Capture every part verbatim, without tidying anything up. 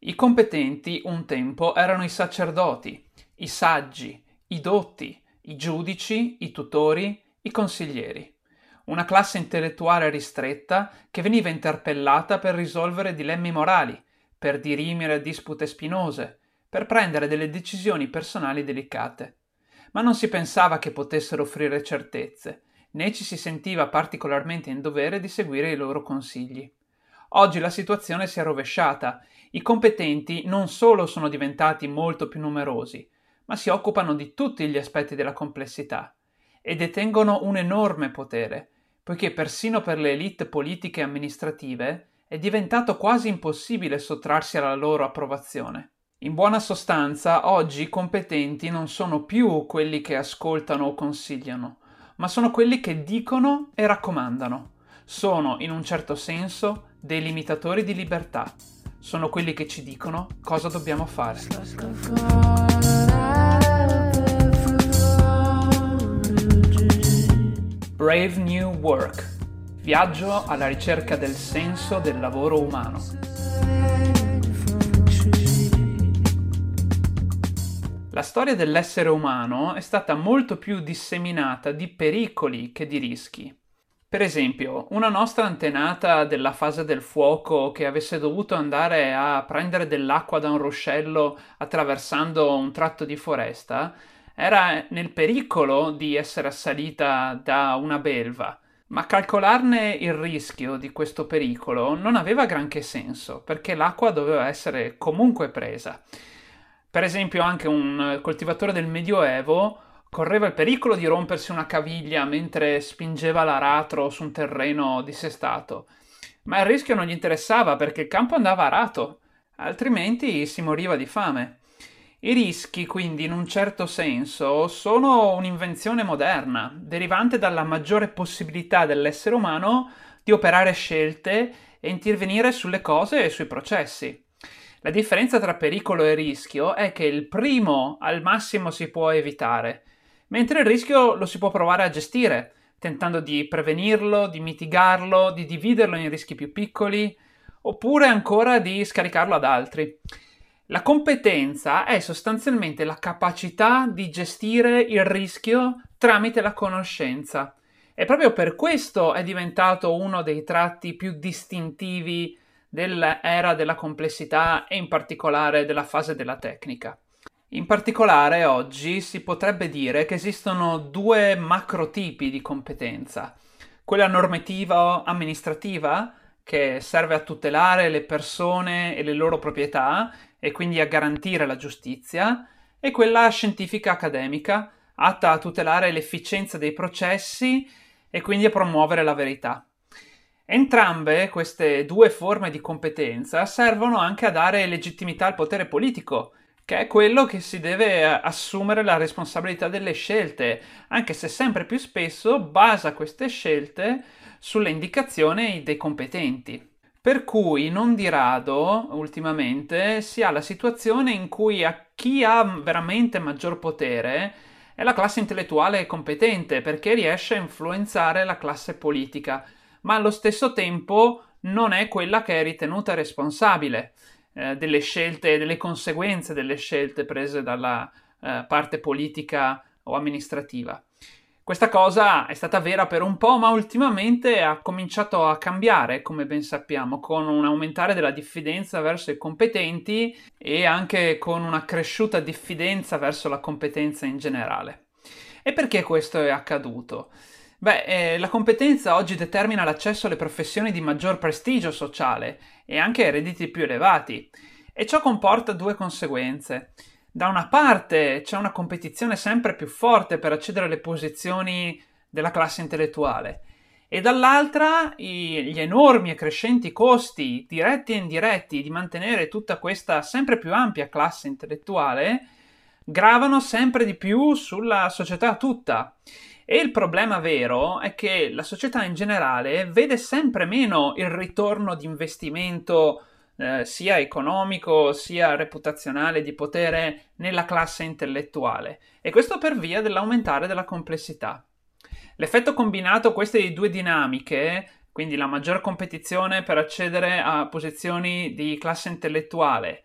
I competenti un tempo erano i sacerdoti, i saggi, i dotti, i giudici, i tutori, i consiglieri. Una classe intellettuale ristretta che veniva interpellata per risolvere dilemmi morali, per dirimere dispute spinose, per prendere delle decisioni personali delicate. Ma non si pensava che potessero offrire certezze, né ci si sentiva particolarmente in dovere di seguire i loro consigli. Oggi la situazione si è rovesciata. I competenti non solo sono diventati molto più numerosi, ma si occupano di tutti gli aspetti della complessità e detengono un enorme potere, poiché persino per le elite politiche e amministrative è diventato quasi impossibile sottrarsi alla loro approvazione. In buona sostanza, oggi i competenti non sono più quelli che ascoltano o consigliano, ma sono quelli che dicono e raccomandano. Sono, in un certo senso, dei limitatori di libertà. Sono quelli che ci dicono cosa dobbiamo fare. Brave New Work. Viaggio alla ricerca del senso del lavoro umano. La storia dell'essere umano è stata molto più disseminata di pericoli che di rischi. Per esempio, una nostra antenata della fase del fuoco che avesse dovuto andare a prendere dell'acqua da un ruscello attraversando un tratto di foresta era nel pericolo di essere assalita da una belva, ma calcolarne il rischio di questo pericolo non aveva granché senso, perché l'acqua doveva essere comunque presa. Per esempio, anche un coltivatore del Medioevo correva il pericolo di rompersi una caviglia mentre spingeva l'aratro su un terreno dissestato, ma il rischio non gli interessava perché il campo andava arato, altrimenti si moriva di fame. I rischi, quindi, in un certo senso, sono un'invenzione moderna, derivante dalla maggiore possibilità dell'essere umano di operare scelte e intervenire sulle cose e sui processi. La differenza tra pericolo e rischio è che il primo al massimo si può evitare, mentre il rischio lo si può provare a gestire, tentando di prevenirlo, di mitigarlo, di dividerlo in rischi più piccoli, oppure ancora di scaricarlo ad altri. La competenza è sostanzialmente la capacità di gestire il rischio tramite la conoscenza. E proprio per questo è diventato uno dei tratti più distintivi dell'era della complessità e in particolare della fase della tecnica. In particolare oggi si potrebbe dire che esistono due macrotipi di competenza: quella normativa o amministrativa, che serve a tutelare le persone e le loro proprietà e quindi a garantire la giustizia, e quella scientifica accademica, atta a tutelare l'efficienza dei processi e quindi a promuovere la verità. Entrambe queste due forme di competenza servono anche a dare legittimità al potere politico, che è quello che si deve assumere la responsabilità delle scelte, anche se sempre più spesso basa queste scelte sulle indicazioni dei competenti. Per cui non di rado, ultimamente, si ha la situazione in cui a chi ha veramente maggior potere è la classe intellettuale competente, perché riesce a influenzare la classe politica, ma allo stesso tempo non è quella che è ritenuta responsabile eh, delle scelte, delle conseguenze delle scelte prese dalla eh, parte politica o amministrativa. Questa cosa è stata vera per un po', ma ultimamente ha cominciato a cambiare, come ben sappiamo, con un aumentare della diffidenza verso i competenti e anche con una cresciuta diffidenza verso la competenza in generale. E perché questo è accaduto? Beh, eh, la competenza oggi determina l'accesso alle professioni di maggior prestigio sociale e anche ai redditi più elevati, e ciò comporta due conseguenze. Da una parte c'è una competizione sempre più forte per accedere alle posizioni della classe intellettuale, e dall'altra i, gli enormi e crescenti costi, diretti e indiretti, di mantenere tutta questa sempre più ampia classe intellettuale gravano sempre di più sulla società tutta. E il problema vero è che la società in generale vede sempre meno il ritorno di investimento eh, sia economico sia reputazionale di potere nella classe intellettuale, e questo per via dell'aumentare della complessità. L'effetto combinato queste due dinamiche quindi la maggior competizione per accedere a posizioni di classe intellettuale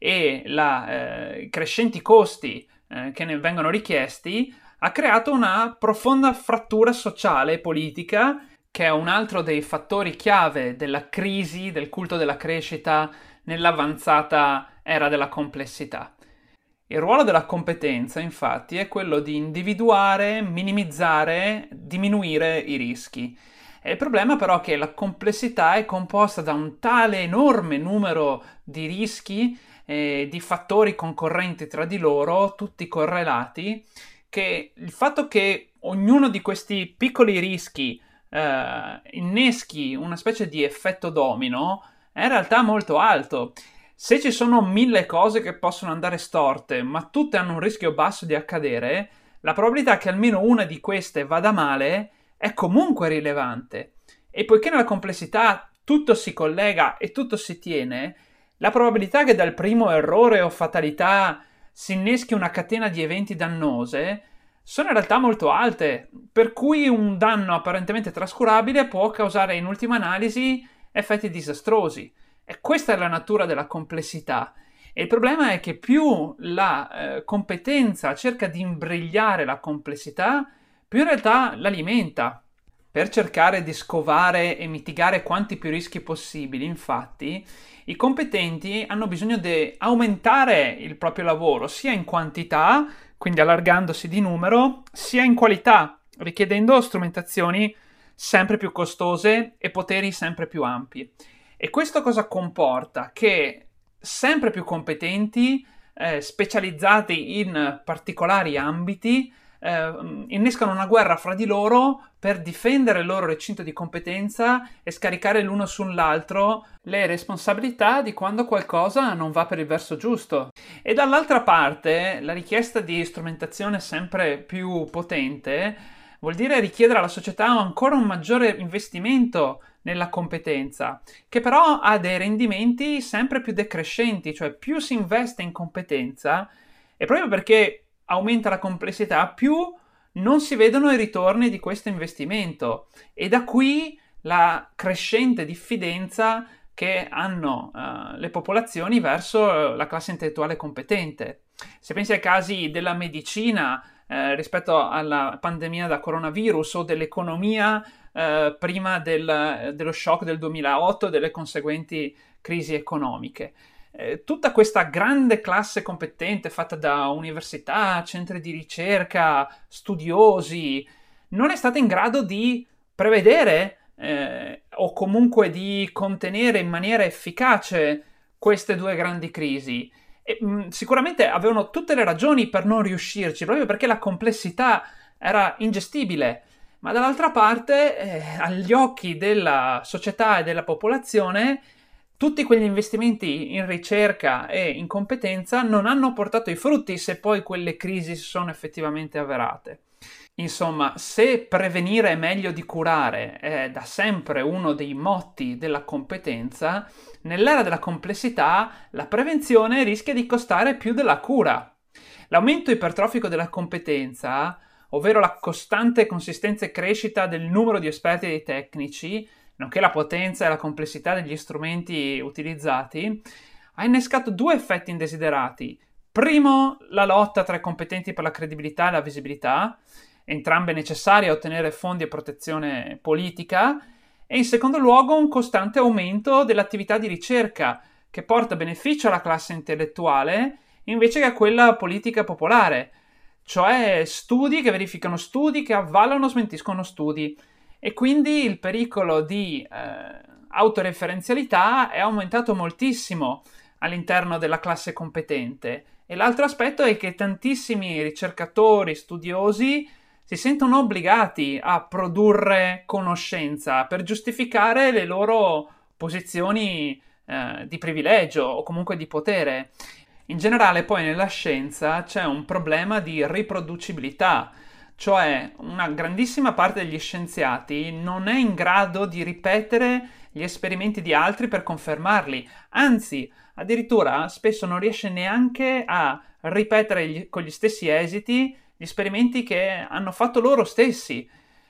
e la, eh, i crescenti costi eh, che ne vengono richiesti, ha creato una profonda frattura sociale e politica, che è un altro dei fattori chiave della crisi, del culto della crescita nell'avanzata era della complessità. Il ruolo della competenza, infatti, è quello di individuare, minimizzare, diminuire i rischi. E il problema però è che la complessità è composta da un tale enorme numero di rischi e di fattori concorrenti tra di loro, tutti correlati, che il fatto che ognuno di questi piccoli rischi eh, inneschi una specie di effetto domino è in realtà molto alto. Se ci sono mille cose che possono andare storte, ma tutte hanno un rischio basso di accadere, la probabilità che almeno una di queste vada male è comunque rilevante. E poiché nella complessità tutto si collega e tutto si tiene, la probabilità che dal primo errore o fatalità si inneschi una catena di eventi dannose sono in realtà molto alte, per cui un danno apparentemente trascurabile può causare in ultima analisi effetti disastrosi. E questa è la natura della complessità. E il problema è che più la eh, competenza cerca di imbrigliare la complessità, più in realtà l'alimenta. Per cercare di scovare e mitigare quanti più rischi possibili, infatti, i competenti hanno bisogno di aumentare il proprio lavoro sia in quantità, quindi allargandosi di numero, sia in qualità, richiedendo strumentazioni sempre più costose e poteri sempre più ampi. E questo cosa comporta? Che sempre più competenti, eh, specializzati in particolari ambiti, eh, innescano una guerra fra di loro per difendere il loro recinto di competenza e scaricare l'uno sull'altro le responsabilità di quando qualcosa non va per il verso giusto. E dall'altra parte la richiesta di strumentazione sempre più potente vuol dire richiedere alla società ancora un maggiore investimento nella competenza, che però ha dei rendimenti sempre più decrescenti, cioè più si investe in competenza, e proprio perché aumenta la complessità, più non si vedono i ritorni di questo investimento, e da qui la crescente diffidenza che hanno uh, le popolazioni verso la classe intellettuale competente. Se pensi ai casi della medicina eh, rispetto alla pandemia da coronavirus o dell'economia eh, prima del, dello shock del duemilaotto e delle conseguenti crisi economiche. Eh, tutta questa grande classe competente fatta da università, centri di ricerca, studiosi, non è stata in grado di prevedere eh, o comunque di contenere in maniera efficace queste due grandi crisi. E, mh, sicuramente avevano tutte le ragioni per non riuscirci, proprio perché la complessità era ingestibile. Ma dall'altra parte, eh, agli occhi della società e della popolazione, tutti quegli investimenti in ricerca e in competenza non hanno portato i frutti se poi quelle crisi si sono effettivamente avverate. Insomma, se prevenire è meglio di curare è da sempre uno dei motti della competenza, nell'era della complessità la prevenzione rischia di costare più della cura. L'aumento ipertrofico della competenza, ovvero la costante consistenza e crescita del numero di esperti e dei tecnici, nonché la potenza e la complessità degli strumenti utilizzati, ha innescato due effetti indesiderati. Primo, la lotta tra i competenti per la credibilità e la visibilità, entrambe necessarie a ottenere fondi e protezione politica, e in secondo luogo un costante aumento dell'attività di ricerca, che porta beneficio alla classe intellettuale invece che a quella politica popolare, cioè studi che verificano studi, che avvallano o smentiscono studi. E quindi il pericolo di eh, autoreferenzialità è aumentato moltissimo all'interno della classe competente. E l'altro aspetto è che tantissimi ricercatori, studiosi, si sentono obbligati a produrre conoscenza per giustificare le loro posizioni eh, di privilegio o comunque di potere. In generale, poi nella scienza c'è un problema di riproducibilità, cioè una grandissima parte degli scienziati non è in grado di ripetere gli esperimenti di altri per confermarli, anzi, addirittura spesso non riesce neanche a ripetere gli, con gli stessi esiti gli esperimenti che hanno fatto loro stessi.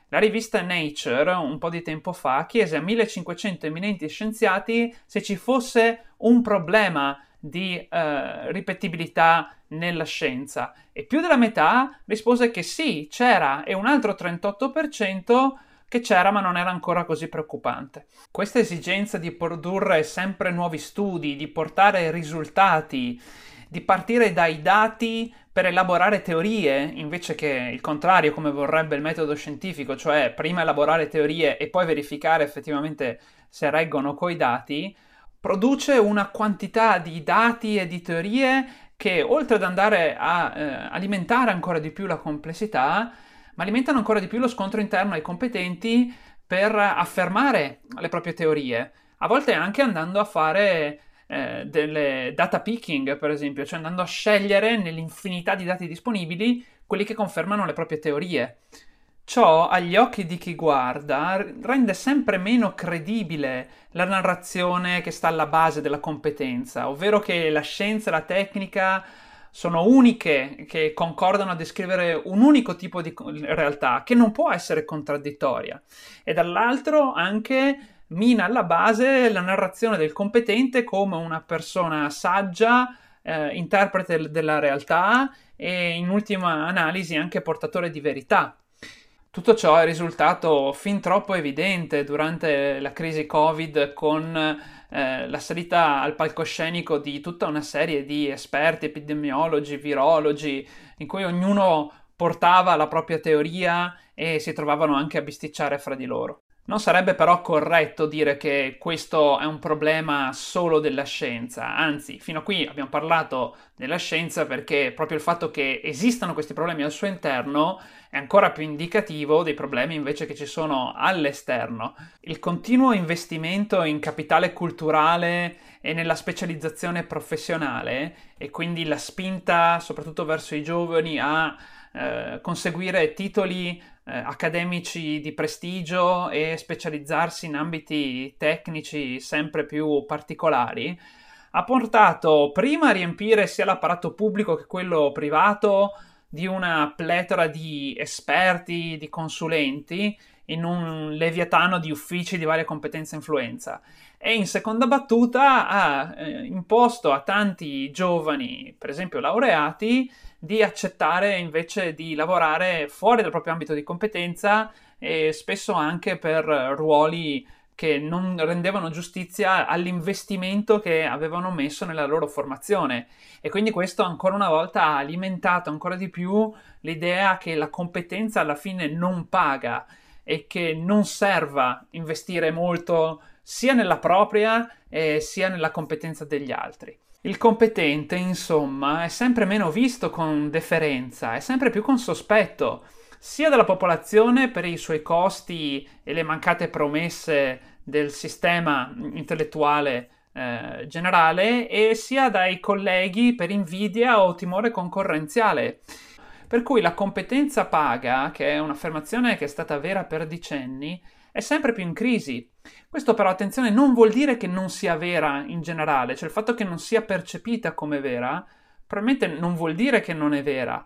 La rivista Nature, un po' di tempo fa, chiese a millecinquecento eminenti scienziati se ci fosse un problema di eh, ripetibilità nella scienza e più della metà rispose che sì, c'era, e un altro trentotto per cento che c'era ma non era ancora così preoccupante. Questa esigenza di produrre sempre nuovi studi, di portare risultati, di partire dai dati per elaborare teorie, invece che il contrario come vorrebbe il metodo scientifico, cioè prima elaborare teorie e poi verificare effettivamente se reggono coi dati, produce una quantità di dati e di teorie che oltre ad andare a eh, alimentare ancora di più la complessità, ma alimentano ancora di più lo scontro interno ai competenti per affermare le proprie teorie, a volte anche andando a fare eh, delle data picking, per esempio, cioè andando a scegliere nell'infinità di dati disponibili quelli che confermano le proprie teorie. Ciò, agli occhi di chi guarda, rende sempre meno credibile la narrazione che sta alla base della competenza, ovvero che la scienza e la tecnica sono uniche, che concordano a descrivere un unico tipo di realtà, che non può essere contraddittoria. E dall'altro anche mina alla base la narrazione del competente come una persona saggia, eh, interprete della realtà e in ultima analisi anche portatore di verità. Tutto ciò è risultato fin troppo evidente durante la crisi Covid con eh, la salita al palcoscenico di tutta una serie di esperti, epidemiologi, virologi, in cui ognuno portava la propria teoria e si trovavano anche a bisticciare fra di loro. Non sarebbe però corretto dire che questo è un problema solo della scienza, anzi, fino a qui abbiamo parlato della scienza perché proprio il fatto che esistano questi problemi al suo interno è ancora più indicativo dei problemi invece che ci sono all'esterno. Il continuo investimento in capitale culturale e nella specializzazione professionale e quindi la spinta soprattutto verso i giovani a eh, conseguire titoli eh, accademici di prestigio e specializzarsi in ambiti tecnici sempre più particolari, ha portato prima a riempire sia l'apparato pubblico che quello privato di una pletora di esperti, di consulenti, in un leviatano di uffici di varia competenza e influenza. E in seconda battuta ha eh, imposto a tanti giovani, per esempio laureati, di accettare invece di lavorare fuori dal proprio ambito di competenza e spesso anche per ruoli che non rendevano giustizia all'investimento che avevano messo nella loro formazione. E quindi questo ancora una volta ha alimentato ancora di più l'idea che la competenza alla fine non paga e che non serva investire molto sia nella propria eh, sia nella competenza degli altri. Il competente, insomma, è sempre meno visto con deferenza, è sempre più con sospetto, sia dalla popolazione per i suoi costi e le mancate promesse del sistema intellettuale eh, generale, e sia dai colleghi per invidia o timore concorrenziale. Per cui la competenza paga, che è un'affermazione che è stata vera per decenni, è sempre più in crisi. Questo però, attenzione, non vuol dire che non sia vera in generale, cioè il fatto che non sia percepita come vera, probabilmente non vuol dire che non è vera,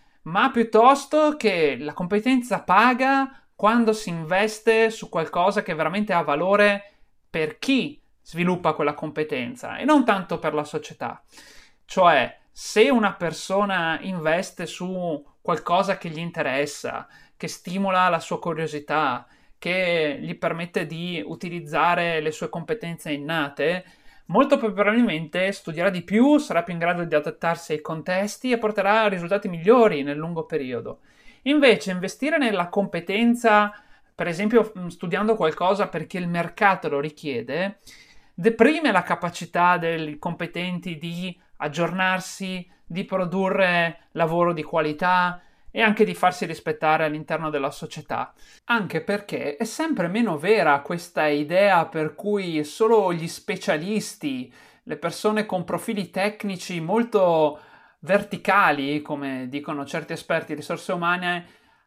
ma piuttosto che la competenza paga quando si investe su qualcosa che veramente ha valore per chi sviluppa quella competenza e non tanto per la società. Cioè, se una persona investe su qualcosa che gli interessa, che stimola la sua curiosità, che gli permette di utilizzare le sue competenze innate, molto probabilmente studierà di più, sarà più in grado di adattarsi ai contesti e porterà a risultati migliori nel lungo periodo. Invece, investire nella competenza, per esempio studiando qualcosa perché il mercato lo richiede, deprime la capacità dei competenti di aggiornarsi, di produrre lavoro di qualità e anche di farsi rispettare all'interno della società. Anche perché è sempre meno vera questa idea per cui solo gli specialisti, le persone con profili tecnici molto verticali, come dicono certi esperti di risorse umane,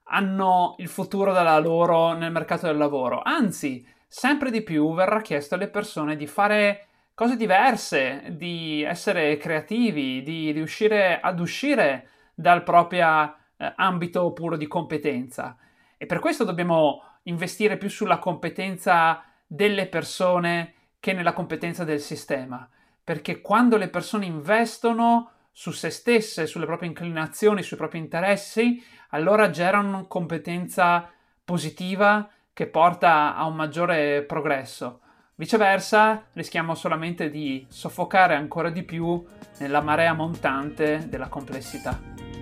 hanno il futuro della loro nel mercato del lavoro. Anzi, sempre di più verrà chiesto alle persone di fare cose diverse, di essere creativi, di riuscire ad uscire dal proprio eh, ambito puro di competenza. E per questo dobbiamo investire più sulla competenza delle persone che nella competenza del sistema, perché quando le persone investono su se stesse, sulle proprie inclinazioni, sui propri interessi, allora generano competenza positiva che porta a un maggiore progresso. Viceversa, rischiamo solamente di soffocare ancora di più nella marea montante della complessità.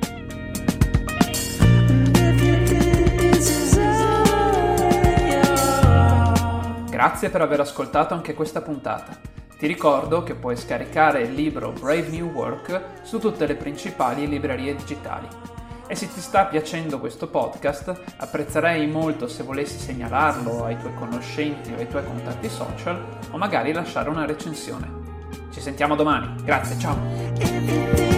Grazie per aver ascoltato anche questa puntata. Ti ricordo che puoi scaricare il libro Brave New Work su tutte le principali librerie digitali. E se ti sta piacendo questo podcast, apprezzerei molto se volessi segnalarlo ai tuoi conoscenti o ai tuoi contatti social o magari lasciare una recensione. Ci sentiamo domani. Grazie, ciao!